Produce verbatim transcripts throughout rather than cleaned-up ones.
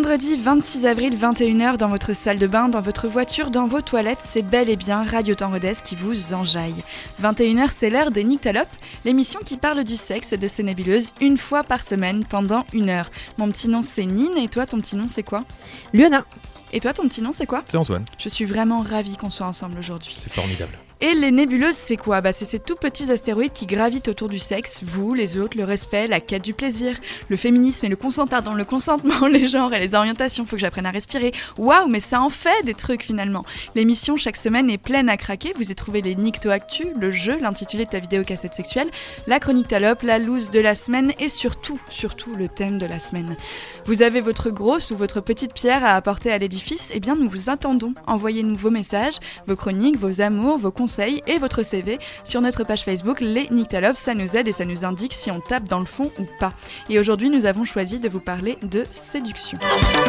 Vendredi vingt-six avril, vingt et une heures, dans votre salle de bain, dans votre voiture, dans vos toilettes, c'est bel et bien Radio Temps Rodez qui vous enjaille. vingt et une heures, c'est l'heure des Nyctalopes, l'émission qui parle du sexe et de ses nébuleuses une fois par semaine pendant une heure. Mon petit nom c'est Nine et toi ton petit nom c'est quoi ? Luana. Et toi ton petit nom c'est quoi ? C'est Antoine. Je suis vraiment ravie qu'on soit ensemble aujourd'hui. C'est formidable. Et les nébuleuses, c'est quoi ? Bah, c'est ces tout petits astéroïdes qui gravitent autour du sexe, vous, les autres, le respect, la quête du plaisir, le féminisme et le consentement, pardon, le consentement, les genres et les orientations, faut que j'apprenne à respirer. Waouh, mais ça en fait des trucs finalement. L'émission chaque semaine est pleine à craquer, vous y trouvez les Nycto-Actu, le jeu, l'intitulé de ta vidéo cassette sexuelle, la chronique Talope, la loose de la semaine et surtout, surtout le thème de la semaine. Vous avez votre grosse ou votre petite pierre à apporter à l'édifice, eh bien nous vous attendons. Envoyez-nous vos messages, vos chroniques, vos amours, vos conseils et votre C V sur notre page Facebook Les Nyctalopes, ça nous aide et ça nous indique si on tape dans le fond ou pas. Et aujourd'hui nous avons choisi de vous parler de séduction.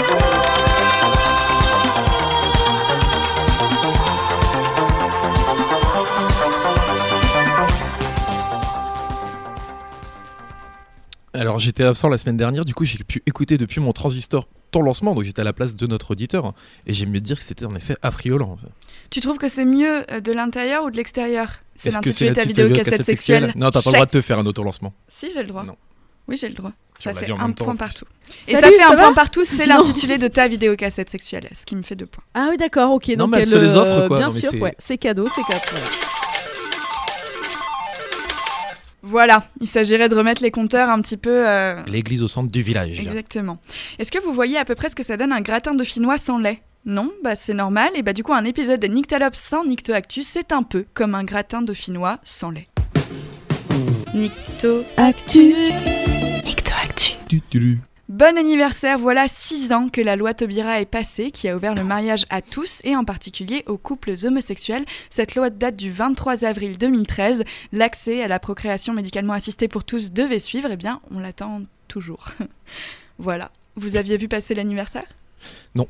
Alors j'étais absent la semaine dernière, du coup j'ai pu écouter depuis mon transistor ton lancement, donc j'étais à la place de notre auditeur et j'aime mieux dire que c'était en effet affriolant. En fait. Tu trouves que c'est mieux de l'intérieur ou de l'extérieur ? C'est Est-ce l'intitulé que de c'est ta vidéo cassette, cassette sexuelle, sexuelle ? Non, t'as pas le droit de te faire un auto-lancement. Si, j'ai le droit. Non. Oui, j'ai le droit. Ça fait en un même temps, point en partout. Et et Salut, ça fait ça un va point partout, c'est Sinon... l'intitulé de ta vidéo cassette sexuelle, ce qui me fait deux points. Ah oui, d'accord, ok. Non, donc mais elle elle, se les offre, quoi. Bien Non, mais sûr, c'est... ouais. C'est cadeau, c'est cadeau. Ouais. Voilà, il s'agirait de remettre les compteurs un petit peu... Euh... L'église au centre du village. Exactement. Est-ce que vous voyez à peu près ce que ça donne un gratin dauphinois sans lait ? Non, bah c'est normal, et bah du coup un épisode des Nyctalopes sans Nycto-Actu, c'est un peu comme un gratin dauphinois sans lait. Nycto-Actu. Nycto-Actu. Bon anniversaire, voilà six ans que la loi Taubira est passée, qui a ouvert le mariage à tous et en particulier aux couples homosexuels. Cette loi date du vingt-trois avril deux mille treize. L'accès à la procréation médicalement assistée pour tous devait suivre, eh bien on l'attend toujours. Voilà. Vous aviez vu passer l'anniversaire ? Non.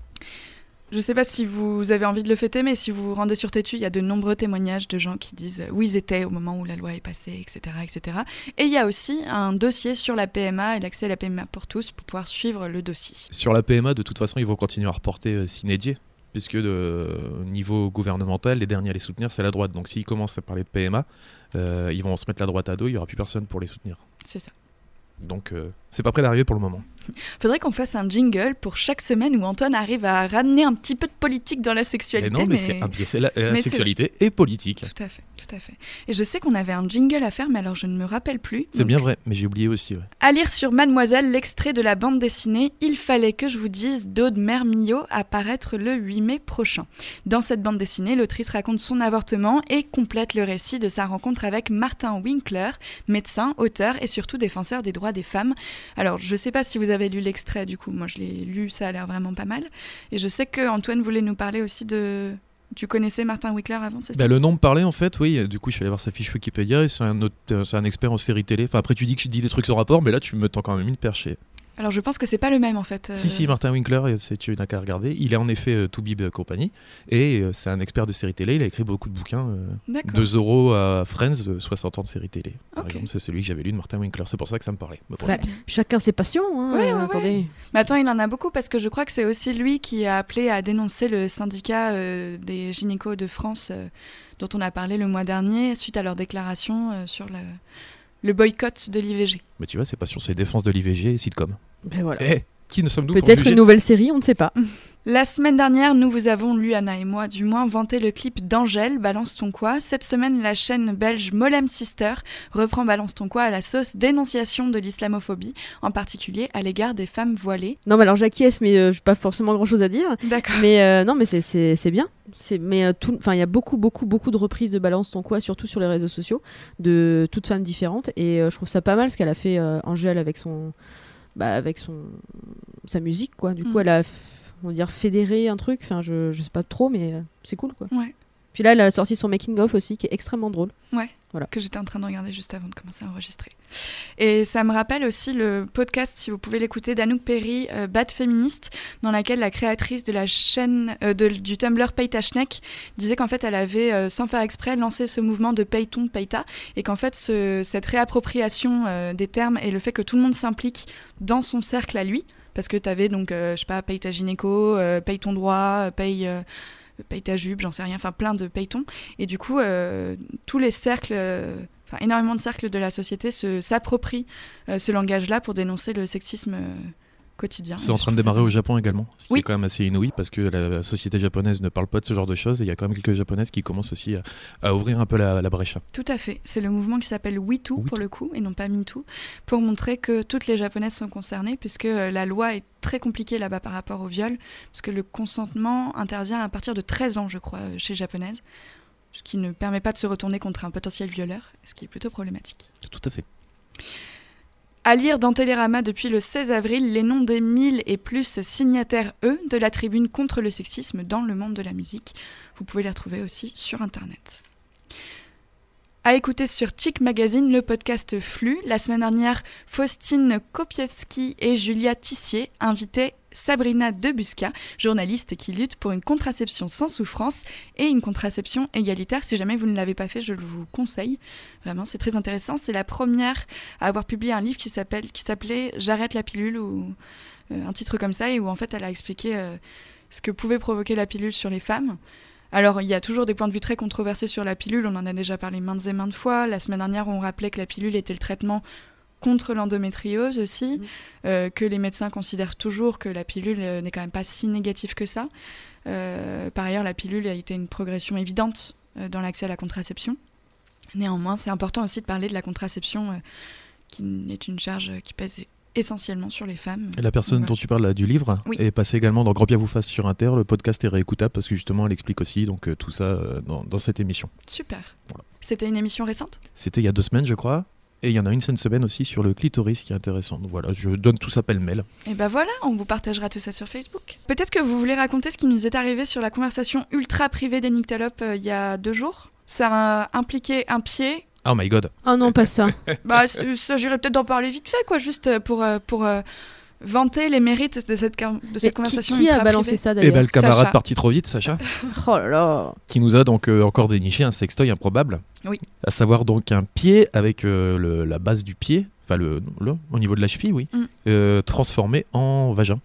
Je ne sais pas si vous avez envie de le fêter, mais si vous vous rendez sur Tétu, il y a de nombreux témoignages de gens qui disent où ils étaient au moment où la loi est passée, et cetera, et cetera. Et il y a aussi un dossier sur la P M A et l'accès à la P M A pour tous pour pouvoir suivre le dossier. Sur la P M A, de toute façon, ils vont continuer à reporter euh, s'inédier, puisque de euh, niveau gouvernemental, les derniers à les soutenir, c'est la droite. Donc s'ils commencent à parler de P M A, euh, ils vont se mettre la droite à dos, il n'y aura plus personne pour les soutenir. C'est ça. Donc euh, c'est pas près d'arriver pour le moment. Faudrait qu'on fasse un jingle pour chaque semaine où Antoine arrive à ramener un petit peu de politique dans la sexualité. Mais non, mais, mais... c'est un biais, c'est la, la sexualité c'est... et politique. Tout à fait, tout à fait. Et je sais qu'on avait un jingle à faire, mais alors je ne me rappelle plus. C'est donc... bien vrai, mais j'ai oublié aussi. Ouais. À lire sur Mademoiselle, l'extrait de la bande dessinée « Il fallait que je vous dise » d'Aude Mermillot à paraître le huit mai prochain. Dans cette bande dessinée, l'autrice raconte son avortement et complète le récit de sa rencontre avec Martin Winkler, médecin, auteur et surtout défenseur des droits des femmes. Alors, je ne sais pas si vous avez lu l'extrait, du coup, moi je l'ai lu, ça a l'air vraiment pas mal. Et je sais qu'Antoine voulait nous parler aussi de... Tu connaissais Martin Winkler avant, c'est ça ? Bah, le nom me parlait en fait, oui. Du coup, je suis allé voir sa fiche Wikipédia et c'est un, autre, c'est un expert en série télé. Enfin, après, tu dis que je dis des trucs sans rapport, mais là, tu me tends quand même une perchée. Alors, je pense que c'est pas le même en fait. Euh... Si, si, Martin Winkler, c'est, tu n'as qu'à regarder. Il est en effet euh, Toubib Company et euh, c'est un expert de série télé. Il a écrit beaucoup de bouquins. Euh, de Zorro à Friends, euh, soixante ans de série télé. Par okay. exemple, c'est celui que j'avais lu de Martin Winkler. C'est pour ça que ça me parlait. Me bah, chacun ses passions. Hein, ouais, euh, ouais, attendez. Ouais. Mais attends, il en a beaucoup parce que je crois que c'est aussi lui qui a appelé à dénoncer le syndicat euh, des gynécos de France euh, dont on a parlé le mois dernier suite à leur déclaration euh, sur le, le boycott de l'I V G. Mais tu vois, c'est pas sur ses défenses de l'I V G et sitcom. Ben voilà. Hey, qui ne sommes-nous Peut-être une nouvelle série, on ne sait pas. La semaine dernière, nous vous avons, Luana et moi du moins, vanté le clip d'Angèle, Balance ton quoi. Cette semaine, la chaîne belge Mollem Sister reprend Balance ton quoi à la sauce dénonciation de l'islamophobie, en particulier à l'égard des femmes voilées. Non, mais alors j'acquiesce, mais euh, j'ai pas forcément grand-chose à dire. D'accord. Mais euh, non, mais c'est, c'est, c'est bien. C'est, mais euh, tout, enfin, il y a beaucoup, beaucoup, beaucoup de reprises de Balance ton quoi, surtout sur les réseaux sociaux, de toutes femmes différentes. Et euh, je trouve ça pas mal ce qu'elle a fait euh, Angèle avec son... Bah, avec son sa musique quoi du mmh. coup elle a on va dire fédéré un truc enfin je je sais pas trop mais euh, c'est cool quoi. Ouais. Puis là elle a sorti son making of aussi qui est extrêmement drôle. Ouais. Voilà. Que j'étais en train de regarder juste avant de commencer à enregistrer. Et ça me rappelle aussi le podcast, si vous pouvez l'écouter, d'Anouk Perry, euh, Bad Féministe, dans laquelle la créatrice de la chaîne euh, de, du Tumblr Paytashnek disait qu'en fait elle avait, euh, sans faire exprès, lancé ce mouvement de Payton, Payta, et qu'en fait ce, cette réappropriation euh, des termes et le fait que tout le monde s'implique dans son cercle à lui, Parce que tu avais donc, euh, je sais pas, paye ta gynéco, euh, paye ton droit, paye, euh, paye ta jupe, j'en sais rien, enfin plein de paye-tons. Et du coup, euh, tous les cercles, euh, enfin énormément de cercles de la société se, s'approprient euh, ce langage-là pour dénoncer le sexisme euh, quotidien. C'est en train de démarrer au Japon également, ce qui oui. est quand même assez inouï parce que la société japonaise ne parle pas de ce genre de choses et il y a quand même quelques japonaises qui commencent aussi à, à ouvrir un peu la, la brèche. Tout à fait. C'est le mouvement qui s'appelle WeToo We pour le coup et non pas MeToo, pour montrer que toutes les japonaises sont concernées puisque la loi est très compliquée là-bas par rapport au viol, parce que le consentement intervient à partir de treize ans, je crois, chez les japonaises, ce qui ne permet pas de se retourner contre un potentiel violeur, ce qui est plutôt problématique. Tout à fait. À lire dans Télérama depuis le seize avril les noms des mille et plus signataires, eux, de la tribune contre le sexisme dans le monde de la musique. Vous pouvez les retrouver aussi sur Internet. À écouter sur Chic Magazine, le podcast Flux. La semaine dernière, Faustine Kopiewski et Julia Tissier invitaient Sabrina Debusca, journaliste qui lutte pour une contraception sans souffrance et une contraception égalitaire. Si jamais vous ne l'avez pas fait, je vous conseille. Vraiment, c'est très intéressant. C'est la première à avoir publié un livre qui s'appelle, qui s'appelait « J'arrête la pilule » ou euh, un titre comme ça, et où en fait elle a expliqué euh, ce que pouvait provoquer la pilule sur les femmes. Alors, il y a toujours des points de vue très controversés sur la pilule, on en a déjà parlé maintes et maintes fois. La semaine dernière, on rappelait que la pilule était le traitement contre l'endométriose aussi, mmh. euh, que les médecins considèrent toujours que la pilule euh, n'est quand même pas si négative que ça. Euh, par ailleurs, la pilule a été une progression évidente euh, dans l'accès à la contraception. Néanmoins, c'est important aussi de parler de la contraception, euh, qui est une charge qui pèse essentiellement sur les femmes. Et la personne dont tu parles là, du livre oui. est passée également dans Grand Bien vous fasse sur Inter. Le podcast est réécoutable parce que justement elle explique aussi donc, euh, tout ça euh, dans, dans cette émission. Super. Voilà. C'était une émission récente ? C'était il y a deux semaines je crois. Et il y en a une cette semaine aussi sur le clitoris qui est intéressant. Donc voilà, je donne tout ça pêle-mêle. Et ben voilà, on vous partagera tout ça sur Facebook. Peut-être que vous voulez raconter ce qui nous est arrivé sur la conversation ultra privée des Nyctalopes euh, il y a deux jours. Ça a impliqué un pied. Oh my god. Oh non, pas ça. Bah, il s'agirait peut-être d'en parler vite fait, quoi, juste pour, pour euh, vanter les mérites de cette, de cette conversation qui, qui ultra a balancé privée. ça d'ailleurs ? Eh ben le camarade Sacha. parti trop vite, Sacha. Oh là là. Qui nous a donc euh, encore déniché un sextoy improbable. Oui. À savoir donc un pied avec euh, le, la base du pied, enfin le, le au niveau de la cheville, oui, mm. euh, transformé en vagin.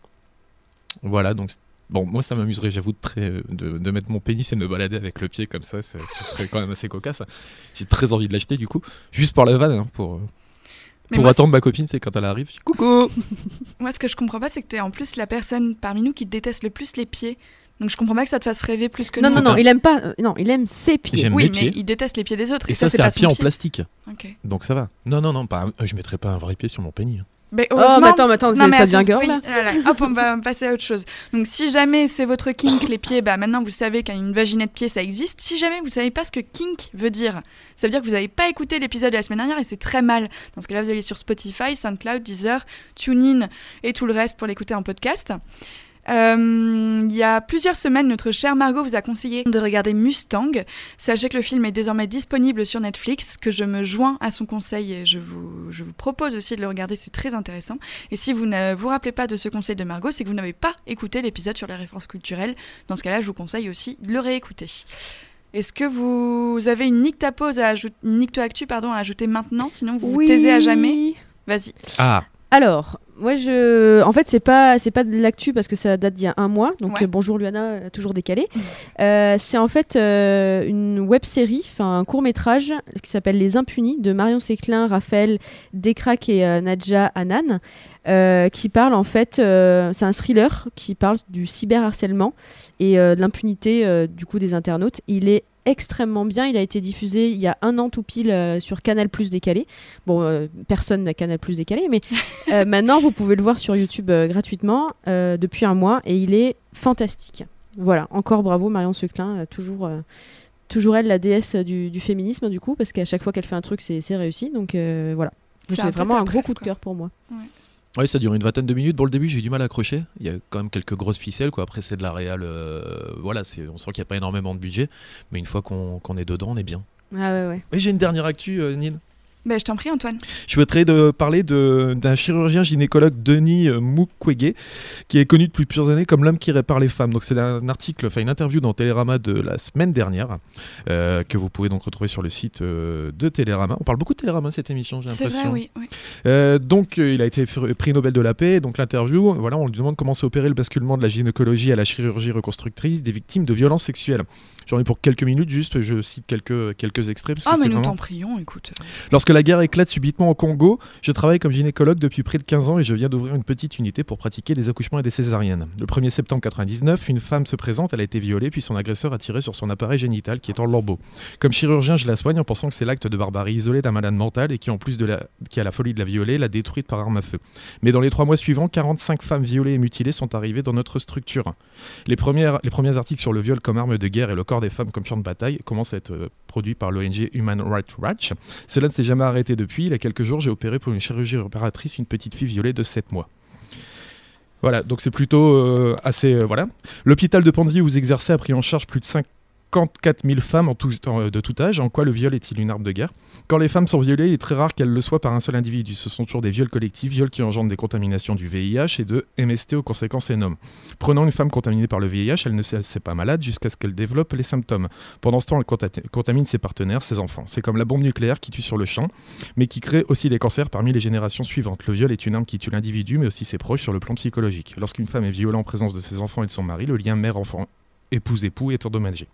Voilà, donc bon, moi ça m'amuserait, j'avoue, de, très, de, de mettre mon pénis et de me balader avec le pied comme ça, ce serait quand même assez cocasse. J'ai très envie de l'acheter du coup, juste pour la vanne, hein, pour... Mais pour moi, attendre ma copine, c'est quand elle arrive, je dis coucou. Moi, ce que je comprends pas, c'est que t'es en plus la personne parmi nous qui déteste le plus les pieds. Donc je comprends pas que ça te fasse rêver plus que non nous. Non, non, non, il aime pas. Euh, non, il aime ses pieds. J'aime oui, mes mais pieds. il déteste les pieds des autres. Et, et ça, ça c'est un pas pied en pied. plastique. Okay. Donc ça va. Non, non, non, pas un... je mettrais pas un vrai pied sur mon pénis. Mais oh, mais attends, mais attends, non, mais ça devient attends, girl oui, là. Voilà. Hop, on va passer à autre chose. Donc, si jamais c'est votre kink, les pieds, bah maintenant vous savez qu'une vaginette pied ça existe. Si jamais vous savez pas ce que kink veut dire, ça veut dire que vous n'avez pas écouté l'épisode de la semaine dernière et c'est très mal. Dans ce cas-là, vous allez sur Spotify, SoundCloud, Deezer, TuneIn et tout le reste pour l'écouter en podcast. Euh, il y a plusieurs semaines, notre chère Margot vous a conseillé de regarder Mustang. Sachez que le film est désormais disponible sur Netflix, que je me joins à son conseil et je vous, je vous propose aussi de le regarder, c'est très intéressant. Et si vous ne vous rappelez pas de ce conseil de Margot, c'est que vous n'avez pas écouté l'épisode sur les références culturelles. Dans ce cas-là, je vous conseille aussi de le réécouter. Est-ce que vous avez une nictapause à ajouter, une nictoactu pardon, à ajouter maintenant, sinon vous oui. vous taisez à jamais ? Vas-y. Ah. Alors, moi, je... en fait, c'est pas, c'est pas de l'actu parce que ça date d'il y a un mois. Donc, ouais. euh, bonjour Luana, toujours décalé. Mmh. Euh, c'est en fait euh, une web-série, un court-métrage qui s'appelle Les Impunis de Marion Séclin, Raphaël Descraques et euh, Nadja Hanan, euh, qui parle en fait, euh, c'est un thriller qui parle du cyberharcèlement et euh, de l'impunité euh, du coup des internautes. Il est extrêmement bien, il a été diffusé il y a un an tout pile euh, sur Canal Plus décalé. Bon, euh, personne n'a Canal Plus décalé, mais euh, maintenant vous pouvez le voir sur YouTube euh, gratuitement euh, depuis un mois et il est fantastique. Voilà, encore bravo Marion Séclin, euh, toujours, euh, toujours elle la déesse du, du féminisme du coup, parce qu'à chaque fois qu'elle fait un truc c'est, c'est réussi, donc euh, voilà. C'est, c'est vraiment un gros coup de cœur pour moi. Ouais. Oui, ça dure une vingtaine de minutes. Bon, le début, j'ai eu du mal à accrocher. Il y a quand même quelques grosses ficelles, quoi. Après, c'est de la réal. Euh, voilà, c'est, on sent qu'il n'y a pas énormément de budget. Mais une fois qu'on, qu'on est dedans, on est bien. Ah ouais, ouais. Et j'ai une dernière actu, euh, Nine. Ben, je t'en prie, Antoine. Je souhaiterais de parler de, d'un chirurgien gynécologue, Denis Mukwege, qui est connu depuis plusieurs années comme l'homme qui répare les femmes. Donc c'est un article, enfin une interview dans Télérama de la semaine dernière, euh, que vous pouvez donc retrouver sur le site euh, de Télérama. On parle beaucoup de Télérama cette émission, j'ai l'impression. C'est vrai, oui. oui. Euh, donc euh, il a été prix Nobel de la paix. Donc l'interview, voilà, on lui demande comment s'est opéré le basculement de la gynécologie à la chirurgie reconstructrice des victimes de violences sexuelles. J'en ai pour quelques minutes, juste, je cite quelques, quelques extraits. Parce ah, que mais c'est nous vraiment... t'en prions, écoute. Lorsque la guerre éclate subitement au Congo, je travaille comme gynécologue depuis près de quinze ans et je viens d'ouvrir une petite unité pour pratiquer des accouchements et des césariennes. Le premier septembre quatre-vingt-dix-neuf, une femme se présente, elle a été violée, puis son agresseur a tiré sur son appareil génital qui est en lambeaux. Comme chirurgien, je la soigne en pensant que c'est l'acte de barbarie isolé d'un malade mental et qui, en plus de la... qui a la folie de la violer, l'a détruite par arme à feu. Mais dans les trois mois suivants, quarante-cinq femmes violées et mutilées sont arrivées dans notre structure. Les, premières... les premiers articles sur le viol comme arme de guerre et le corps des femmes comme champ de bataille commencent à être euh, produits par l'O N G Human Rights Watch. Cela ne s'est jamais arrêté depuis. Il y a quelques jours, j'ai opéré pour une chirurgie réparatrice une petite fille violée de sept mois. Voilà, donc c'est plutôt euh, assez... Euh, voilà. L'hôpital de Panzi où vous exercez a pris en charge plus de cinquante-quatre mille femmes en tout, en, de tout âge. En quoi le viol est-il une arme de guerre ? Quand les femmes sont violées, il est très rare qu'elles le soient par un seul individu. Ce sont toujours des viols collectifs, viols qui engendrent des contaminations du V I H et de M S T aux conséquences énormes. Prenons une femme contaminée par le V I H, elle ne sait, elle sait pas malade jusqu'à ce qu'elle développe les symptômes. Pendant ce temps, elle conta- contamine ses partenaires, ses enfants. C'est comme la bombe nucléaire qui tue sur le champ, mais qui crée aussi des cancers parmi les générations suivantes. Le viol est une arme qui tue l'individu, mais aussi ses proches sur le plan psychologique. Lorsqu'une femme est violée en présence de ses enfants et de son mari, le lien mère-enfant, épouse-époux est endommagé.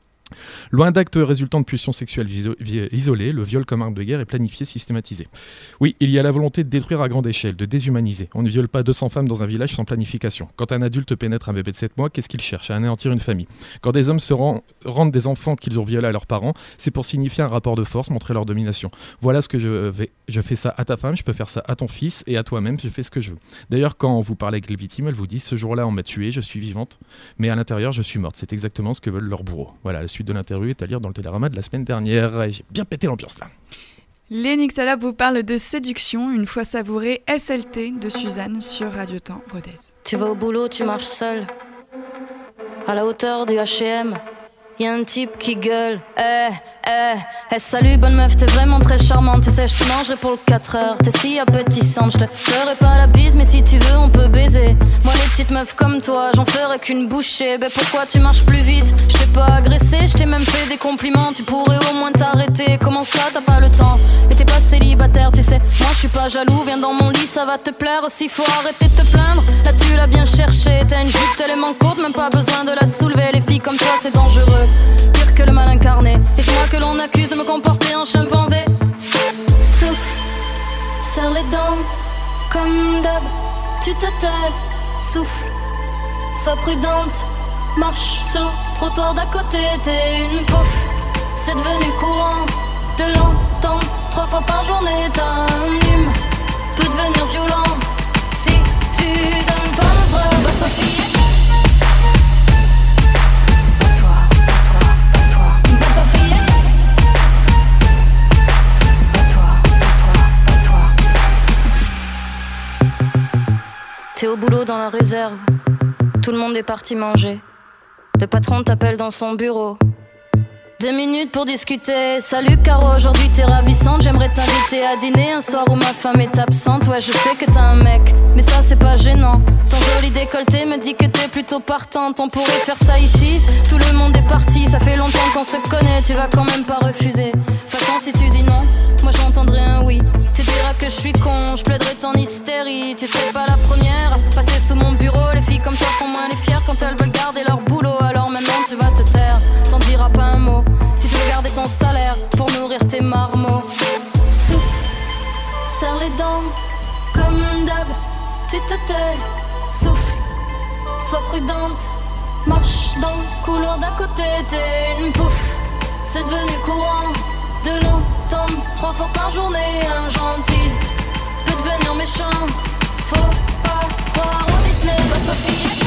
Loin d'actes résultant de pulsions sexuelles viso- vi- isolées, le viol comme arme de guerre est planifié, systématisé. Oui, il y a la volonté de détruire à grande échelle, de déshumaniser. On ne viole pas deux cents femmes dans un village sans planification. Quand un adulte pénètre un bébé de sept mois, qu'est-ce qu'il cherche ? À anéantir une famille. Quand des hommes se rend- rendent des enfants qu'ils ont violés à leurs parents, c'est pour signifier un rapport de force, montrer leur domination. Voilà ce que je vais. Je fais ça à ta femme, je peux faire ça à ton fils et à toi-même, je fais ce que je veux. D'ailleurs, quand vous parlez avec les victimes, elles vous disent « ce jour-là, on m'a tué, je suis vivante, mais à l'intérieur, je suis morte ». C'est exactement ce que veulent leurs bourreaux. Voilà, la suite de l'interview est à lire dans le Télérama de la semaine dernière. Et j'ai bien pété l'ambiance là. Lénie Xala vous parle de séduction, une fois savourée, S L T de Suzanne sur Radio Temps Rodez. Tu vas au boulot, tu marches seul, à la hauteur du H et M. Y'a un type qui gueule, eh, eh, eh, salut bonne meuf, t'es vraiment très charmante. Tu sais, je te mangerai pour le quatre heures, t'es si appétissante. Je te ferai pas la bise, mais si tu veux, on peut baiser. Moi, les petites meufs comme toi, j'en ferai qu'une bouchée. Ben pourquoi tu marches plus vite ? Je t'ai pas agressé, je t'ai même fait des compliments. Tu pourrais au moins t'arrêter, comment ça, t'as pas le temps ? Et t'es pas célibataire, tu sais, moi je suis pas jaloux. Viens dans mon lit, ça va te plaire aussi, faut arrêter de te plaindre. Là tu l'as bien cherché, t'as une jupe tellement courte, même pas besoin de la soulever. Les filles comme toi, c'est dangereux. Pire que le mal incarné. Et c'est moi que l'on accuse de me comporter en chimpanzé. Souffle, serre les dents, comme d'hab, tu te tais. Souffle, sois prudente, marche sur le trottoir d'à côté. T'es une pouffe, c'est devenu courant de l'entendre trois fois par journée. Ta hume peut devenir violent si tu donnes pas le vrai. Bah toi fille, t'es au boulot dans la réserve, tout le monde est parti manger. Le patron t'appelle dans son bureau. Deux minutes pour discuter. Salut Caro, aujourd'hui t'es ravissante. J'aimerais t'inviter à dîner un soir où ma femme est absente. Ouais, je sais que t'as un mec, mais ça c'est pas gênant. Ton joli décolleté me dit que t'es plutôt partante. On pourrait faire ça ici, tout le monde est parti. Ça fait longtemps qu'on se connaît, tu vas quand même pas refuser. Façon si tu dis non, moi j'entendrai un oui. Tu diras que je suis con, je plaiderai ton hystérie. Tu serais pas la première à passer sous mon bureau. Les filles comme toi font moins les fières quand elles veulent garder leur boulot. Alors maintenant tu vas te taire, t'en diras pas un mot. Si tu veux garder ton salaire pour nourrir tes marmots. Souffle, serre les dents, comme d'hab, tu te tais. Souffle, sois prudente, marche dans le couloir d'à côté. T'es une pouffe, c'est devenu courant de l'entendre trois fois par journée. Un gentil peut devenir méchant, faut pas croire au Disney. Bah toi fille,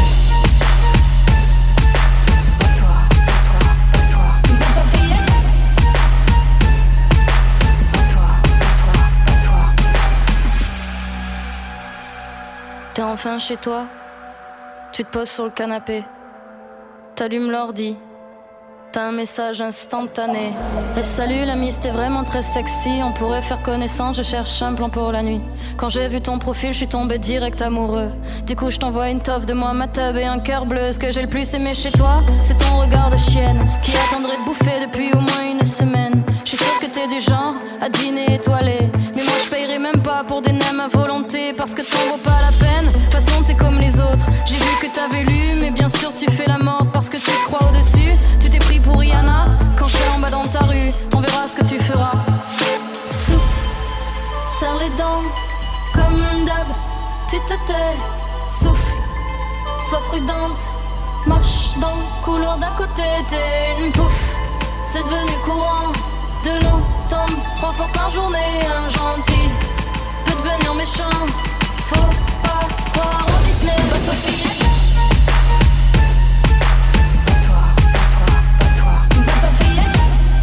t'es enfin chez toi, tu te poses sur le canapé, t'allumes l'ordi, t'as un message instantané. Et salut l'ami, c'était vraiment très sexy. On pourrait faire connaissance, je cherche un plan pour la nuit. Quand j'ai vu ton profil, je suis tombé direct amoureux. Du coup je t'envoie une toffe de moi, ma tub et un cœur bleu. Ce que j'ai le plus aimé chez toi, c'est ton regard de chienne qui attendrait de bouffer depuis au moins une semaine. Je suis sûre que t'es du genre à dîner étoilé, mais moi je payerai même pas pour des nems à volonté, parce que t'en vaut pas la peine. De toute façon t'es comme les autres. J'ai vu que t'avais lu, mais bien sûr tu fais la morte parce que tu te crois au-dessus. Tu t'es pris pour Rihanna quand je serai en bas dans ta rue. On verra ce que tu feras. Souffle, serre les dents comme d'hab. Tu te tais, souffle, sois prudente. Marche dans le couloir d'à côté, t'es une pouffe. C'est devenu courant de l'entendre trois fois par journée. Un gentil peut devenir méchant. Faut pas croire au Disney. Bateau fillette. Pas toi, pas toi, pas toi. Bateau fillette.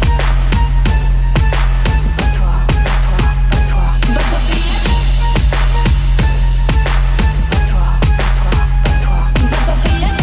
Pas toi, pas toi, pas toi. Bateau fillette. Pas toi, pas toi, pas toi. Bateau fillette.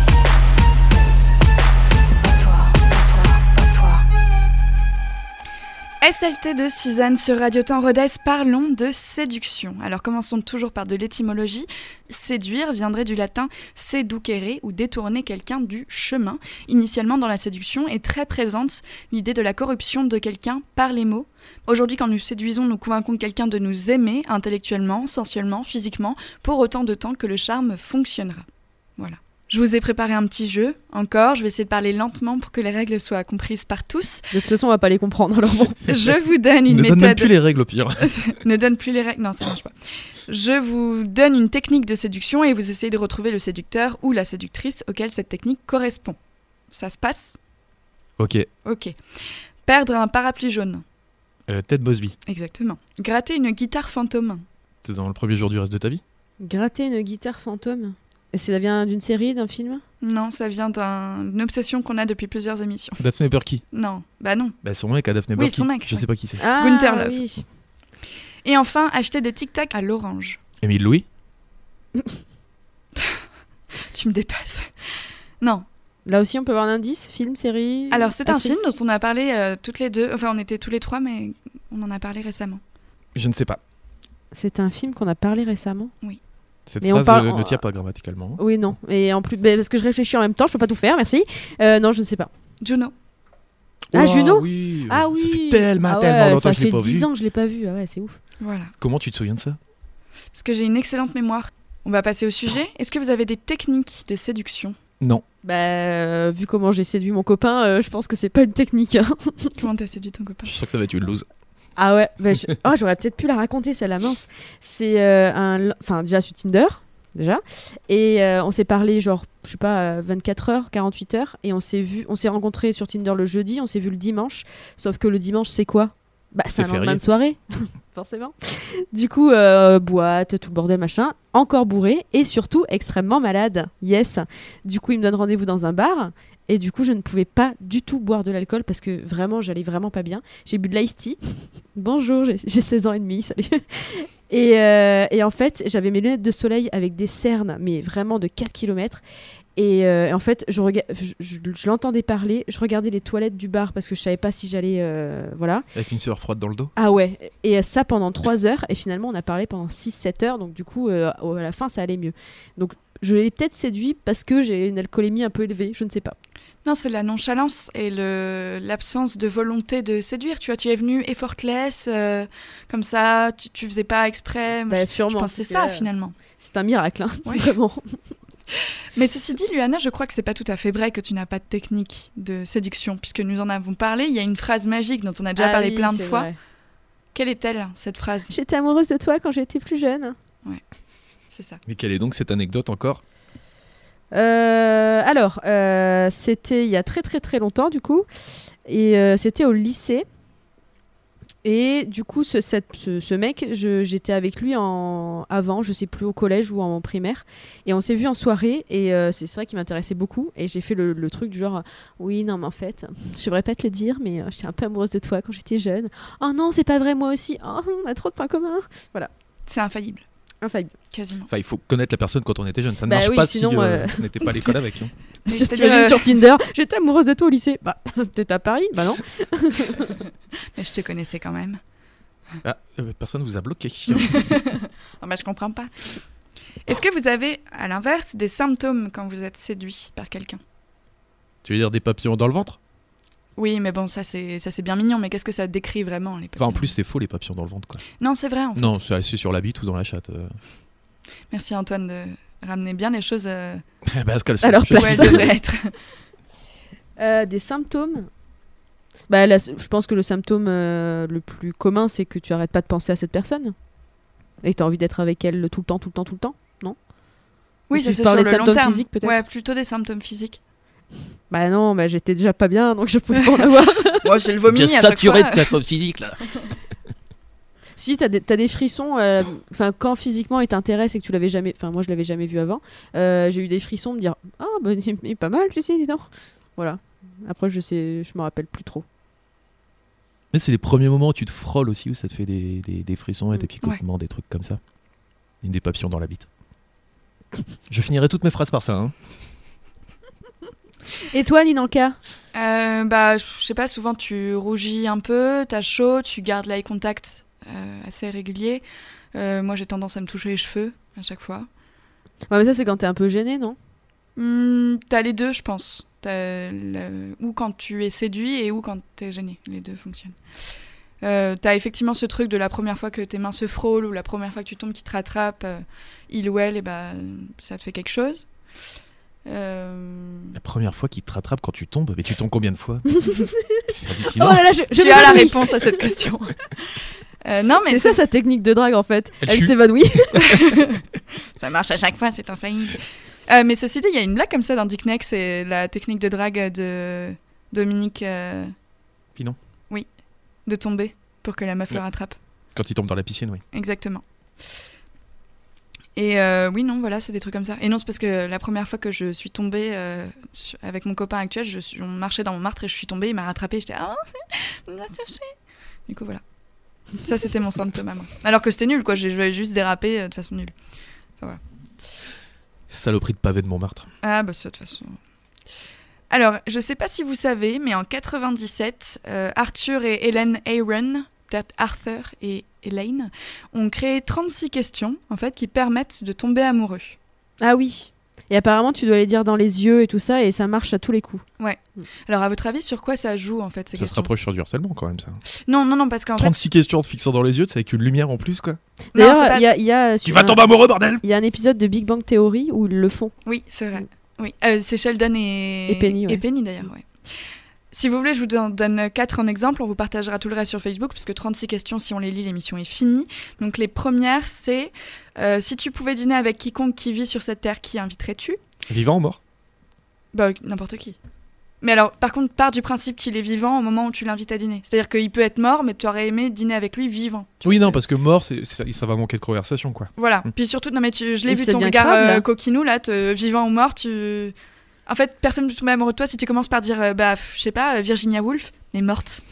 S L T de Suzanne sur Radio Temps Rodez, parlons de séduction. Alors commençons toujours par de l'étymologie. Séduire viendrait du latin seducere ou détourner quelqu'un du chemin. Initialement dans la séduction est très présente l'idée de la corruption de quelqu'un par les mots. Aujourd'hui quand nous séduisons, nous convainquons quelqu'un de nous aimer intellectuellement, sensuellement, physiquement, pour autant de temps que le charme fonctionnera. Voilà. Je vous ai préparé un petit jeu, encore, je vais essayer de parler lentement pour que les règles soient comprises par tous. De toute façon, on va pas les comprendre, alors bon. Je vous donne une ne méthode... Ne donne même plus les règles au pire. Ne donne plus les règles, non ça marche pas. Je vous donne une technique de séduction et vous essayez de retrouver le séducteur ou la séductrice auquel cette technique correspond. Ça se passe ? Ok. Ok. Perdre un parapluie jaune. Euh, Ted Mosby. Exactement. Gratter une guitare fantôme. C'est dans le premier jour du reste de ta vie ? Gratter une guitare fantôme. Et ça vient d'une série, d'un film ? Non, ça vient d'un... d'une obsession qu'on a depuis plusieurs émissions. Daphne Burki. Non, bah non. Bah son mec à Daphne Oui, Burki. son mec. Je ouais. sais pas qui c'est. Ah, Gunther Love. Oui. Et enfin, acheter des tic-tac à l'orange. Émile Louis. Tu me dépasses. Non. Là aussi, on peut avoir un indice, film, série. Alors, c'est actrice. un film dont on a parlé euh, toutes les deux. Enfin, on était tous les trois, mais on en a parlé récemment. Je ne sais pas. C'est un film qu'on a parlé récemment. Oui. Cette Mais phrase on parle- euh, ne tient pas grammaticalement. Oui, non. Et en plus, bah, parce que je réfléchis en même temps, je peux pas tout faire, merci. Euh, non, je ne sais pas. Juno. Ah, Oh, Juno oui. Ah Ça oui. fait tellement, Ah ouais, tellement longtemps ça que je l'ai fait pas dix vu. ans que je l'ai pas vu. Ah ouais, c'est ouf. Voilà. Comment tu te souviens de ça ? Parce que j'ai une excellente mémoire. On va passer au sujet. Est-ce que vous avez des techniques de séduction ? Non. Bah, euh, vu comment j'ai séduit mon copain, euh, je pense que c'est pas une technique. Hein. Comment t'as séduit ton copain ? Je suis sûr que ça va être une loose. Ah ouais, bah, je- oh, j'aurais peut-être pu la raconter, celle-là, mince. C'est euh, un... Enfin, déjà sur Tinder, déjà. Et euh, on s'est parlé, genre, je sais pas, euh, vingt-quatre heures, quarante-huit heures. Et on s'est vu, on s'est rencontrés sur Tinder le jeudi, on s'est vu le dimanche. Sauf que le dimanche, c'est quoi ? Bah, c'est C'est un lendemain férié. de soirée, forcément. Du coup, euh, boîte, tout le bordel, machin. Encore bourré et surtout extrêmement malade. Yes. Du coup, il me donne rendez-vous dans un bar. Et du coup, je ne pouvais pas du tout boire de l'alcool parce que vraiment, j'allais vraiment pas bien. J'ai bu de l'ice tea. Bonjour, j'ai j'ai seize ans et demi, salut. Et, euh, et en fait, j'avais mes lunettes de soleil avec des cernes, mais vraiment de quatre kilomètres. Et, euh, et en fait, je, rega- je, je- je l'entendais parler, je regardais les toilettes du bar parce que je savais pas si j'allais... euh, voilà. Avec une sueur froide dans le dos. Ah ouais, et ça pendant trois heures. Et finalement, on a parlé pendant six sept heures. Donc du coup, euh, à la fin, ça allait mieux. Donc je l'ai peut-être séduit parce que j'ai une alcoolémie un peu élevée, je ne sais pas. Non, c'est la nonchalance et le... l'absence de volonté de séduire. Tu vois, tu es venu effortless, euh, comme ça, tu, tu faisais pas exprès. Moi, Bah, je, sûrement, je pense que c'est parce ça, que, euh, finalement. C'est un miracle, hein, Oui. vraiment. Mais ceci dit, Luana, je crois que c'est pas tout à fait vrai que tu n'as pas de technique de séduction, puisque nous en avons parlé. Il y a une phrase magique dont on a déjà Ah parlé oui, plein de c'est fois. vrai. Quelle est-elle, cette phrase ? J'étais amoureuse de toi quand j'étais plus jeune. C'est ça. Mais quelle est donc cette anecdote encore ? Euh, alors, euh, c'était il y a très très très longtemps du coup, et euh, c'était au lycée. Et du coup, ce, cette- ce, ce mec, je- j'étais avec lui en, avant, je sais plus, au collège ou en primaire. Et on s'est vu en soirée, et euh, c'est c'est vrai qu'il m'intéressait beaucoup. Et j'ai fait le, le truc du genre, euh, oui, non, mais en fait, je devrais pas te le dire, mais euh, j'étais un peu amoureuse de toi quand j'étais jeune. Oh non, c'est pas vrai, moi aussi. Oh, on a trop de points communs. C'est infaillible, Infaillible. quasiment. Enfin, il faut connaître la personne quand on était jeune. Ça ne Bah marche oui, pas sinon, si euh, euh, on n'était pas à l'école avec. hein. Si tu imagines euh... sur Tinder, j'étais amoureuse de toi au lycée. Bah, t'es à Paris ? Bah non. Mais je te connaissais quand même. Ah, euh, personne vous a bloqué. oh, bah, je comprends pas. Est-ce que vous avez, à l'inverse, des symptômes quand vous êtes séduit par quelqu'un ? Tu veux dire des papillons dans le ventre ? Oui, mais bon, ça c'est, ça c'est bien mignon, mais qu'est-ce que ça décrit vraiment, les papillons ? Enfin, en plus, c'est faux, les papillons dans le ventre, quoi. Non, c'est vrai, en fait. Non, c'est assis sur la bite ou dans la chatte. Euh... Merci, Antoine, de ramener bien les choses euh... Parce qu'elles sont à leur place. Où elles devraient être. euh, des symptômes ? Bah, là, je pense que le symptôme euh, le plus commun, c'est que tu arrêtes pas de penser à cette personne. Et que tu as envie d'être avec elle tout le temps, tout le temps, tout le temps, non ? Oui, ça c'est sur le long terme. Physiques, peut-être. Ouais, plutôt des symptômes physiques. Bah non, bah j'étais déjà pas bien, donc je pouvais pas en avoir. Moi, c'est le vomi à chaque fois. Saturé de symptômes physiques, là. Si, t'as des, t'as des frissons, euh, quand physiquement il t'intéresse et que tu l'avais jamais... Enfin, moi, je l'avais jamais vu avant. Euh, j'ai eu des frissons, me dire « Ah, bah, il est pas mal, tu sais, dis donc. » Voilà. Après, je sais, je me rappelle plus trop. Mais c'est les premiers moments où tu te frôles aussi, où ça te fait des, des, des frissons et des picotements, ouais. Des trucs comme ça. Et des papillons dans la bite. Je finirai toutes mes phrases par ça. Hein. Et toi, Ninanka ? euh, Bah, je sais pas, souvent tu rougis un peu, t'as chaud, tu gardes l'eye contact euh, assez régulier. Euh, moi, j'ai tendance à me toucher les cheveux à chaque fois. Ouais, mais ça, c'est quand t'es un peu gêné, non ? Mmh, t'as les deux, je pense. T'as le... Ou quand tu es séduit et ou quand t'es gêné. Les deux fonctionnent. Euh, t'as effectivement ce truc de la première fois que tes mains se frôlent ou la première fois que tu tombes qui te rattrape, euh, il ou elle, et bah, ça te fait quelque chose. Euh... La première fois qu'il te rattrape quand tu tombes, mais tu tombes combien de fois? C'est hallucinant. Oh là là, je, je tu as la réponse à cette question. euh, non, mais c'est, c'est ça sa technique de drague en fait. Elle, Elle s'évanouit. Ça marche à chaque fois, c'est infaillible. Euh, mais ceci dit, il y a une blague comme ça dans Dick Neck, c'est la technique de drague de Dominique euh... Pinon. Oui, de tomber pour que la meuf ouais. le rattrape. Quand il tombe dans la piscine, oui. Exactement. Et euh, oui, non, voilà, c'est des trucs comme ça. Et non, c'est parce que la première fois que je suis tombée euh, avec mon copain actuel, je suis, on marchait dans mon martre et je suis tombée, il m'a rattrapée, j'étais « Ah, c'est... on l'a touché !» Du coup, voilà. Ça, c'était mon symptôme à moi. Alors que c'était nul, quoi, j'ai juste dérapé euh, de façon nulle. Enfin, voilà. Saloperie de pavé de Montmartre. Ah, bah ça, de toute façon... Alors, je sais pas si vous savez, mais en quatre-vingt-dix-sept, euh, Arthur et Helen Aaron, peut-être Arthur et Elaine, ont créé trente-six questions, en fait, qui permettent de tomber amoureux. Ah oui. Et apparemment, tu dois les dire dans les yeux et tout ça, et ça marche à tous les coups. Ouais. Mm. Alors, à votre avis, sur quoi ça joue, en fait, ces ça questions ? Ça se rapproche sur du harcèlement, quand même, ça. Non, non, non, parce qu'en trente-six fait... questions en te fixant dans les yeux, c'est avec une lumière en plus, quoi. D'ailleurs, il pas... y a, y a tu vas un... tomber amoureux, bordel ! Il y a un épisode de Big Bang Theory où ils le font. Oui, c'est vrai. Mm. Oui, euh, c'est Sheldon et, et Penny, ouais. et Penny d'ailleurs, ouais. Si vous voulez, je vous en donne quatre en exemple. On vous partagera tout le reste sur Facebook, parce que trente-six questions, si on les lit, l'émission est finie. Donc les premières, c'est euh, si tu pouvais dîner avec quiconque qui vit sur cette terre, qui inviterais-tu ? Vivant ou mort ? Bah, n'importe qui. Mais alors, par contre, pars du principe qu'il est vivant au moment où tu l'invites à dîner. C'est-à-dire qu'il peut être mort, mais tu aurais aimé dîner avec lui vivant. Oui, non, que... parce que mort, c'est, c'est, ça va manquer de conversation, quoi. Voilà. Mmh. Puis surtout, non mais tu, je l'ai Et vu ton regard crade, euh, coquinou, là, te, vivant ou mort, tu... En fait, personne ne tombe amoureux de toi si tu commences par dire, euh, bah, je sais pas, Virginia Woolf, mais morte.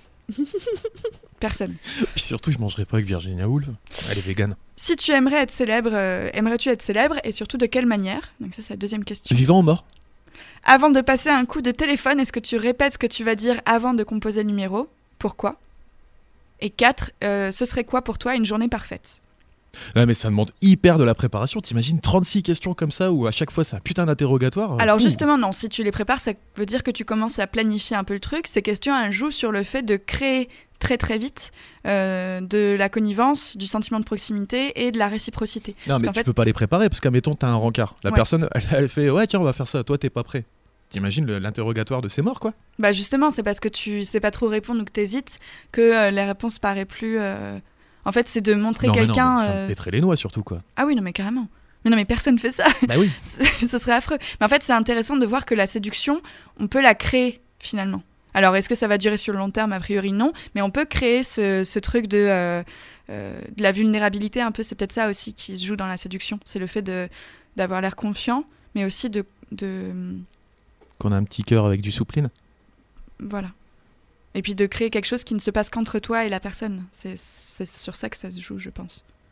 Personne. Puis surtout, je mangerai pas avec Virginia Woolf. Elle est végane. Si tu aimerais être célèbre, euh, aimerais-tu être célèbre et surtout de quelle manière ? Donc ça, c'est la deuxième question. Vivant ou mort ? Avant de passer un coup de téléphone, est-ce que tu répètes ce que tu vas dire avant de composer le numéro ? Pourquoi ? Et quatre, euh, ce serait quoi pour toi une journée parfaite ? Ouais, mais ça demande hyper de la préparation. T'imagines trente-six questions comme ça où à chaque fois c'est un putain d'interrogatoire. Alors Ouh. justement non, si tu les prépares, ça veut dire que tu commences à planifier un peu le truc. Ces questions, elles jouent sur le fait de créer très très vite euh, de la connivence, du sentiment de proximité et de la réciprocité. Non parce mais tu fait, peux pas les préparer parce qu'admettons t'as un rencard. La ouais. personne elle, elle fait ouais tiens on va faire ça, toi t'es pas prêt. T'imagines le, l'interrogatoire de ces morts quoi ? Bah justement c'est parce que tu sais pas trop répondre ou que t'hésites que euh, les réponses paraissent plus... Euh... En fait, c'est de montrer non, quelqu'un... Non, mais ça euh... me pèterait les noix, surtout, quoi. Ah oui, non, mais carrément. Mais non, mais personne fait ça. Bah oui. Ce serait affreux. Mais en fait, c'est intéressant de voir que la séduction, on peut la créer, finalement. Alors, est-ce que ça va durer sur le long terme ? A priori, non. Mais on peut créer ce, ce truc de, euh, euh, de la vulnérabilité, un peu. C'est peut-être ça aussi qui se joue dans la séduction. C'est le fait de, d'avoir l'air confiant, mais aussi de... de... Qu'on a un petit cœur avec du soupline. Voilà. Et puis de créer quelque chose qui ne se passe qu'entre toi et la personne. C'est, c'est sur ça que ça se joue, je pense. Mm.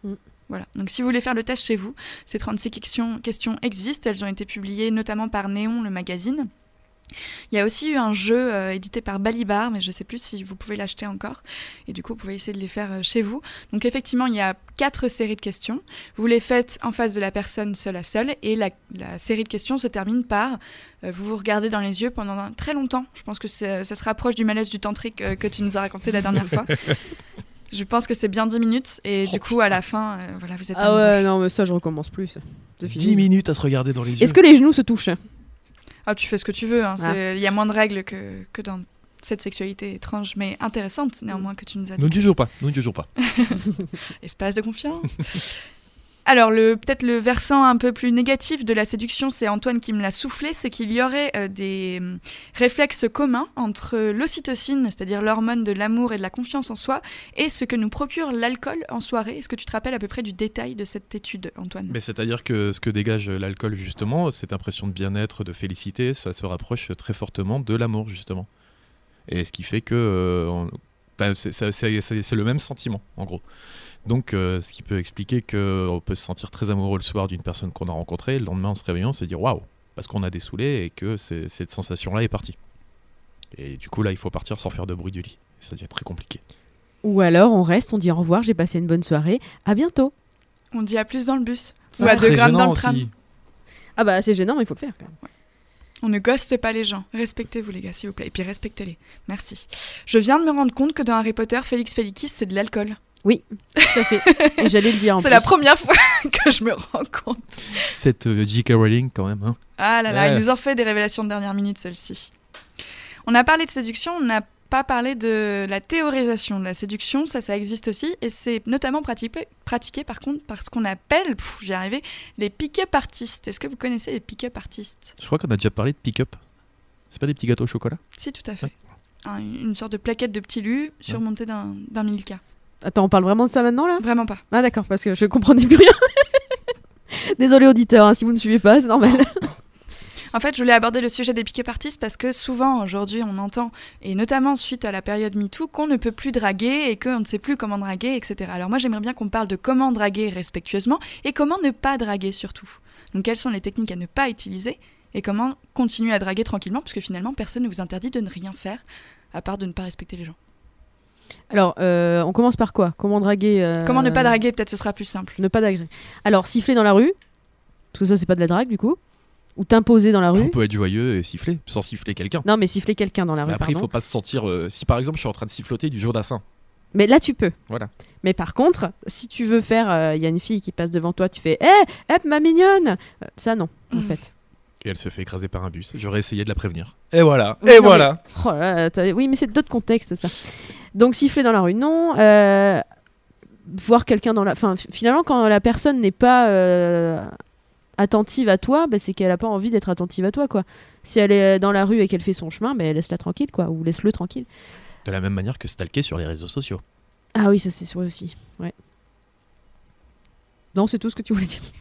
Voilà. Donc si vous voulez faire le test chez vous, ces trente-six questions, questions existent. Elles ont été publiées notamment par Néon, le magazine. Il y a aussi eu un jeu euh, édité par Balibar, mais je ne sais plus si vous pouvez l'acheter encore. Et du coup, vous pouvez essayer de les faire euh, chez vous. Donc effectivement, il y a quatre séries de questions. Vous les faites en face de la personne seule à seule. Et la, la série de questions se termine par... Euh, vous vous regardez dans les yeux pendant un, très longtemps. Je pense que ça se rapproche du malaise du tantrique euh, que tu nous as raconté la dernière fois. Je pense que c'est bien dix minutes. Et oh, du coup, putain. à la fin, euh, voilà, vous êtes... Ah ouais, rouge. Non, mais ça, je recommence plus. Ça. C'est fini. dix minutes à se regarder dans les yeux. Est-ce que les genoux se touchent ? Ah, tu fais ce que tu veux, il hein. ah. y a moins de règles que, que dans cette sexualité étrange, mais intéressante néanmoins que tu nous as dit. Nous ne jugeons pas, nous ne jugeons pas. Espace de confiance. Alors, le, peut-être le versant un peu plus négatif de la séduction, c'est Antoine qui me l'a soufflé, c'est qu'il y aurait euh, des euh, réflexes communs entre l'ocytocine, c'est-à-dire l'hormone de l'amour et de la confiance en soi, et ce que nous procure l'alcool en soirée. Est-ce que tu te rappelles à peu près du détail de cette étude, Antoine ? Mais c'est-à-dire que ce que dégage l'alcool, justement, cette impression de bien-être, de félicité, ça se rapproche très fortement de l'amour, justement. Et ce qui fait que euh, on, c'est, c'est, c'est, c'est le même sentiment, en gros. Donc, euh, ce qui peut expliquer qu'on peut se sentir très amoureux le soir d'une personne qu'on a rencontrée, le lendemain en se réveillant, se dire waouh, parce qu'on a dessoulé et que c'est, cette sensation-là est partie. Et du coup, là, il faut partir sans faire de bruit du lit. Ça devient très compliqué. Ou alors, on reste, on dit au revoir, j'ai passé une bonne soirée, à bientôt. On dit à plus dans le bus. C'est ou à deux grammes dans le tram. Aussi. Ah bah, c'est gênant, mais il faut le faire quand même. Ouais. On ne ghoste pas les gens. Respectez-vous, les gars, s'il vous plaît. Et puis, respectez-les. Merci. Je viens de me rendre compte que dans Harry Potter, Félix Felicis, c'est de l'alcool. Oui, tout à fait. Et j'allais le dire en C'est plus. la première fois que je me rends compte. Cette euh, J K Rowling, quand même. Hein. Ah là là, ouais. Il nous en fait des révélations de dernière minute, celle-ci. On a parlé de séduction, on n'a pas parlé de la théorisation de la séduction. Ça, ça existe aussi. Et c'est notamment pratiqué, pratiqué par contre, par ce qu'on appelle, pff, j'y arrivé, les pick-up artistes. Est-ce que vous connaissez les pick-up artistes ? Je crois qu'on a déjà parlé de pick-up. C'est pas des petits gâteaux au chocolat ? Si, tout à fait. Ouais. Un, une sorte de plaquette de petits lus surmontée ouais. d'un, d'un Milka. Attends, on parle vraiment de ça maintenant, là ? Vraiment pas. Ah d'accord, parce que je comprenais plus rien. Désolé auditeurs, hein, si vous ne suivez pas, c'est normal. En fait, je voulais aborder le sujet des pick-up artistes parce que souvent, aujourd'hui, on entend, et notamment suite à la période MeToo, qu'on ne peut plus draguer et qu'on ne sait plus comment draguer, et cetera. Alors moi, j'aimerais bien qu'on parle de comment draguer respectueusement et comment ne pas draguer surtout. Donc, quelles sont les techniques à ne pas utiliser et comment continuer à draguer tranquillement, parce que finalement, personne ne vous interdit de ne rien faire, à part de ne pas respecter les gens. Alors, euh, on commence par quoi ? Comment draguer euh... Comment ne pas draguer ? Peut-être ce sera plus simple. Ne pas draguer. Alors, siffler dans la rue, tout ça, c'est pas de la drague du coup. Ou t'imposer dans la rue. On peut être joyeux et siffler, sans siffler quelqu'un. Non, mais siffler quelqu'un dans la mais rue. Après, il faut pas se sentir. Euh, si par exemple, je suis en train de siffloter du jour d'Assin. Mais là, tu peux. Voilà. Mais par contre, si tu veux faire, il euh, y a une fille qui passe devant toi, tu fais hé, hey, hep, ma mignonne euh, ça, non, mmh. en fait. Et elle se fait écraser par un bus. J'aurais essayé de la prévenir. Et voilà. Et non, voilà. Mais... Oh là là, oui, mais c'est d'autres contextes, ça. Donc, siffler dans la rue, non. Euh... Voir quelqu'un dans la. Enfin, finalement, quand la personne n'est pas euh... attentive à toi, bah, c'est qu'elle n'a pas envie d'être attentive à toi, quoi. Si elle est dans la rue et qu'elle fait son chemin, bah, laisse-la tranquille, quoi. Ou laisse-le tranquille. De la même manière que stalker sur les réseaux sociaux. Ah oui, ça, c'est sûr aussi. Ouais. Non, c'est tout ce que tu voulais dire.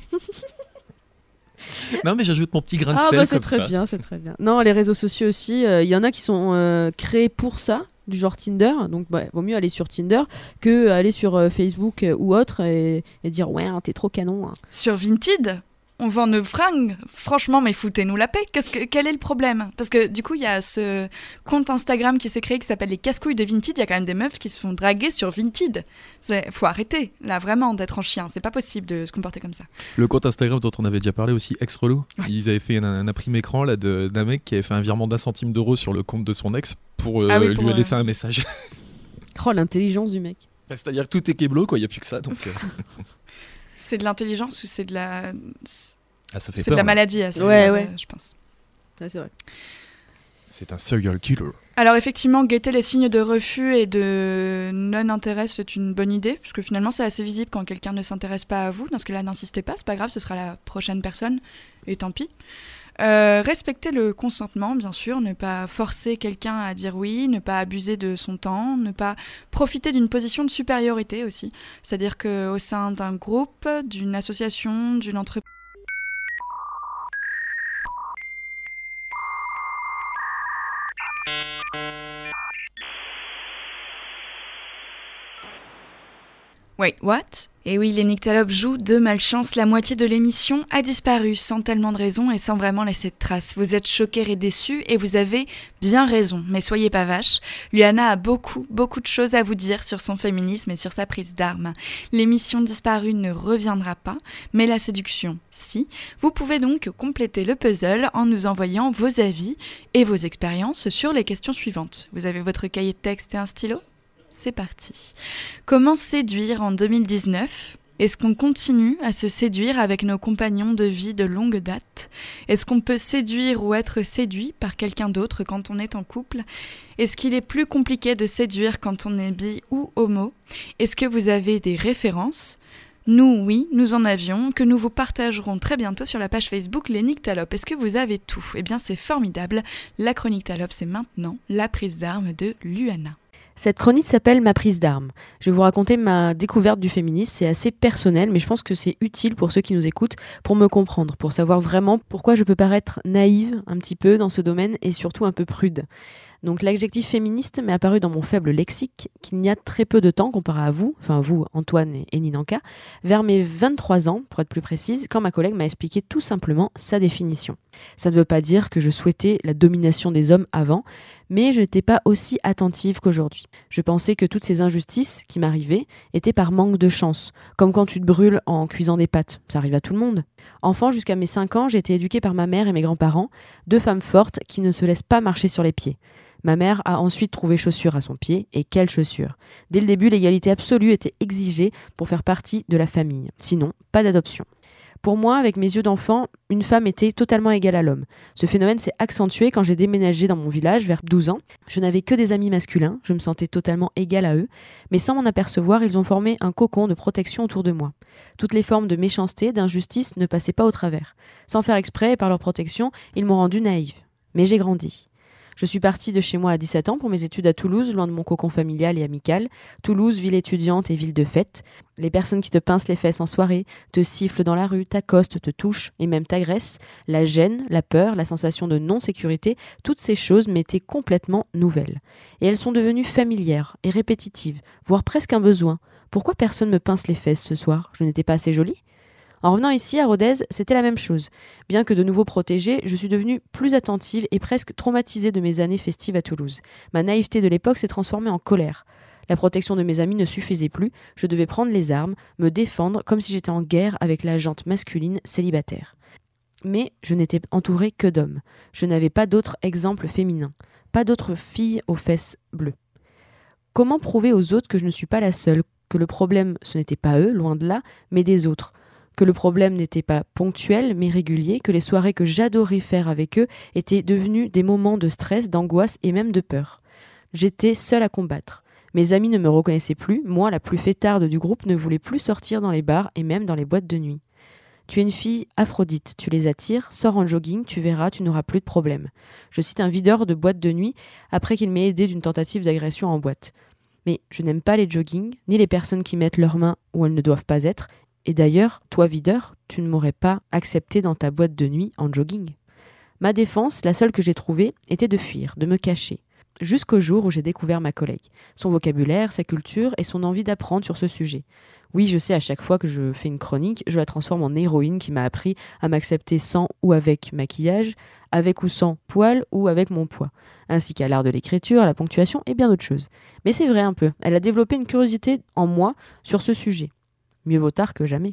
Non, mais j'ajoute mon petit grain de ah, sel bah, c'est comme très ça. bien, c'est très bien. Non, les réseaux sociaux aussi, il euh, y en a qui sont euh, créés pour ça, du genre Tinder. Donc, bah, vaut mieux aller sur Tinder que aller sur euh, Facebook euh, ou autre et, et dire ouais, hein, t'es trop canon. Hein. Sur Vinted, on vend nos fringues. Franchement, mais foutez-nous la paix. Qu'est-ce que, quel est le problème ? Parce que du coup, il y a ce compte Instagram qui s'est créé qui s'appelle les casse-couilles de Vinted. Il y a quand même des meufs qui se font draguer sur Vinted. Il faut arrêter, là, vraiment, d'être en chien. C'est pas possible de se comporter comme ça. Le compte Instagram dont on avait déjà parlé aussi, ex-relou, ouais. Ils avaient fait un, un imprimé écran là, de, d'un mec qui avait fait un virement d'un centime d'euro sur le compte de son ex pour, euh, ah oui, pour lui euh... laisser un message. Oh, l'intelligence du mec. Bah, c'est-à-dire que tout est kéblo, quoi. Il n'y a plus que ça. Donc, euh... C'est de l'intelligence ou c'est de la... Ah, ça fait c'est peur, de la hein. maladie, assez ouais, ça, ouais. je pense. Ouais, c'est vrai. C'est un serial killer. Alors effectivement, guetter les signes de refus et de non-intérêt, c'est une bonne idée, parce que finalement, c'est assez visible quand quelqu'un ne s'intéresse pas à vous. Dans ce cas-là, n'insistez pas, c'est pas grave, ce sera la prochaine personne, et tant pis. Euh, respecter le consentement, bien sûr, ne pas forcer quelqu'un à dire oui, ne pas abuser de son temps, ne pas profiter d'une position de supériorité aussi. C'est-à-dire qu'au sein d'un groupe, d'une association, d'une entreprise, Wait, what? Et oui, les Nyctalopes jouent de malchance. La moitié de l'émission a disparu, sans tellement de raison et sans vraiment laisser de traces. Vous êtes choqués et déçus, et vous avez bien raison. Mais soyez pas vaches. Luana a beaucoup, beaucoup de choses à vous dire sur son féminisme et sur sa prise d'armes. L'émission disparue ne reviendra pas, mais la séduction, si. Vous pouvez donc compléter le puzzle en nous envoyant vos avis et vos expériences sur les questions suivantes. Vous avez votre cahier de texte et un stylo ? C'est parti. Comment séduire en deux mille dix-neuf ? Est-ce qu'on continue à se séduire avec nos compagnons de vie de longue date ? Est-ce qu'on peut séduire ou être séduit par quelqu'un d'autre quand on est en couple ? Est-ce qu'il est plus compliqué de séduire quand on est bi ou homo ? Est-ce que vous avez des références ? Nous, oui, nous en avions, que nous vous partagerons très bientôt sur la page Facebook Les Nyctalopes. Est-ce que vous avez tout ? Eh bien, c'est formidable. La chronique Talope, c'est maintenant la prise d'armes de Luana. Cette chronique s'appelle Ma prise d'armes. Je vais vous raconter ma découverte du féminisme. C'est assez personnel, mais je pense que c'est utile pour ceux qui nous écoutent pour me comprendre, pour savoir vraiment pourquoi je peux paraître naïve un petit peu dans ce domaine et surtout un peu prude. Donc l'adjectif féministe m'est apparu dans mon faible lexique qu'il n'y a très peu de temps comparé à vous, enfin vous, Antoine et, et Ninanka, vers mes vingt-trois ans, pour être plus précise, quand ma collègue m'a expliqué tout simplement sa définition. Ça ne veut pas dire que je souhaitais la domination des hommes avant, mais je n'étais pas aussi attentive qu'aujourd'hui. Je pensais que toutes ces injustices qui m'arrivaient étaient par manque de chance, comme quand tu te brûles en cuisant des pâtes, ça arrive à tout le monde. Enfant, jusqu'à mes cinq ans, j'ai été éduquée par ma mère et mes grands-parents, deux femmes fortes qui ne se laissent pas marcher sur les pieds. Ma mère a ensuite trouvé chaussures à son pied, et quelles chaussures. Dès le début, l'égalité absolue était exigée pour faire partie de la famille. Sinon, pas d'adoption. Pour moi, avec mes yeux d'enfant, une femme était totalement égale à l'homme. Ce phénomène s'est accentué quand j'ai déménagé dans mon village vers douze ans. Je n'avais que des amis masculins, je me sentais totalement égale à eux, mais sans m'en apercevoir, ils ont formé un cocon de protection autour de moi. Toutes les formes de méchanceté, d'injustice ne passaient pas au travers. Sans faire exprès et par leur protection, ils m'ont rendue naïve. Mais j'ai grandi. Je suis partie de chez moi à dix-sept ans pour mes études à Toulouse, loin de mon cocon familial et amical. Toulouse, ville étudiante et ville de fête. Les personnes qui te pincent les fesses en soirée, te sifflent dans la rue, t'accostent, te touchent et même t'agressent. La gêne, la peur, la sensation de non-sécurité, toutes ces choses m'étaient complètement nouvelles. Et elles sont devenues familières et répétitives, voire presque un besoin. Pourquoi personne me pince les fesses ce soir ? Je n'étais pas assez jolie ? En revenant ici, à Rodez, c'était la même chose. Bien que de nouveau protégée, je suis devenue plus attentive et presque traumatisée de mes années festives à Toulouse. Ma naïveté de l'époque s'est transformée en colère. La protection de mes amis ne suffisait plus, je devais prendre les armes, me défendre comme si j'étais en guerre avec la gente masculine célibataire. Mais je n'étais entourée que d'hommes. Je n'avais pas d'autres exemples féminins, pas d'autres filles aux fesses bleues. Comment prouver aux autres que je ne suis pas la seule, que le problème, ce n'était pas eux, loin de là, mais des autres ? Que le problème n'était pas ponctuel mais régulier, que les soirées que j'adorais faire avec eux étaient devenues des moments de stress, d'angoisse et même de peur. J'étais seule à combattre. Mes amis ne me reconnaissaient plus, moi, la plus fêtarde du groupe, ne voulais plus sortir dans les bars et même dans les boîtes de nuit. Tu es une fille Aphrodite, tu les attires, sors en jogging, tu verras, tu n'auras plus de problème. Je cite un videur de boîte de nuit après qu'il m'ait aidé d'une tentative d'agression en boîte. Mais je n'aime pas les joggings, ni les personnes qui mettent leurs mains où elles ne doivent pas être. Et d'ailleurs, toi videur, tu ne m'aurais pas accepté dans ta boîte de nuit en jogging. Ma défense, la seule que j'ai trouvée, était de fuir, de me cacher. Jusqu'au jour où j'ai découvert ma collègue, son vocabulaire, sa culture et son envie d'apprendre sur ce sujet. Oui, je sais, à chaque fois que je fais une chronique, je la transforme en héroïne qui m'a appris à m'accepter sans ou avec maquillage, avec ou sans poils ou avec mon poids, ainsi qu'à l'art de l'écriture, à la ponctuation et bien d'autres choses. Mais c'est vrai un peu, elle a développé une curiosité en moi sur ce sujet. Mieux vaut tard que jamais.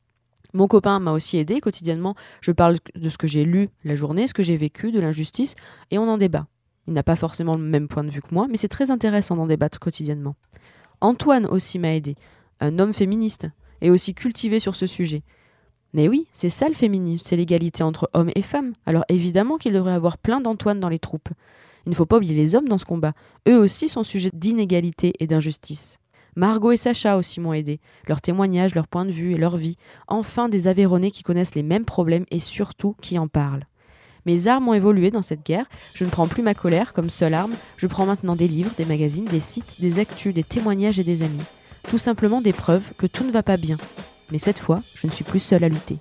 Mon copain m'a aussi aidé quotidiennement. Je parle de ce que j'ai lu la journée, ce que j'ai vécu, de l'injustice, et on en débat. Il n'a pas forcément le même point de vue que moi, mais c'est très intéressant d'en débattre quotidiennement. Antoine aussi m'a aidé, un homme féministe, et aussi cultivé sur ce sujet. Mais oui, c'est ça le féminisme, c'est l'égalité entre hommes et femmes. Alors évidemment qu'il devrait y avoir plein d'Antoine dans les troupes. Il ne faut pas oublier les hommes dans ce combat. Eux aussi sont sujets d'inégalité et d'injustice. Margot et Sacha aussi m'ont aidé, leurs témoignages, leurs points de vue et leur vie, enfin des Aveyronnais qui connaissent les mêmes problèmes et surtout qui en parlent. Mes armes ont évolué dans cette guerre, je ne prends plus ma colère comme seule arme, je prends maintenant des livres, des magazines, des sites, des actus, des témoignages et des amis. Tout simplement des preuves que tout ne va pas bien. Mais cette fois, je ne suis plus seule à lutter.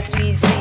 suis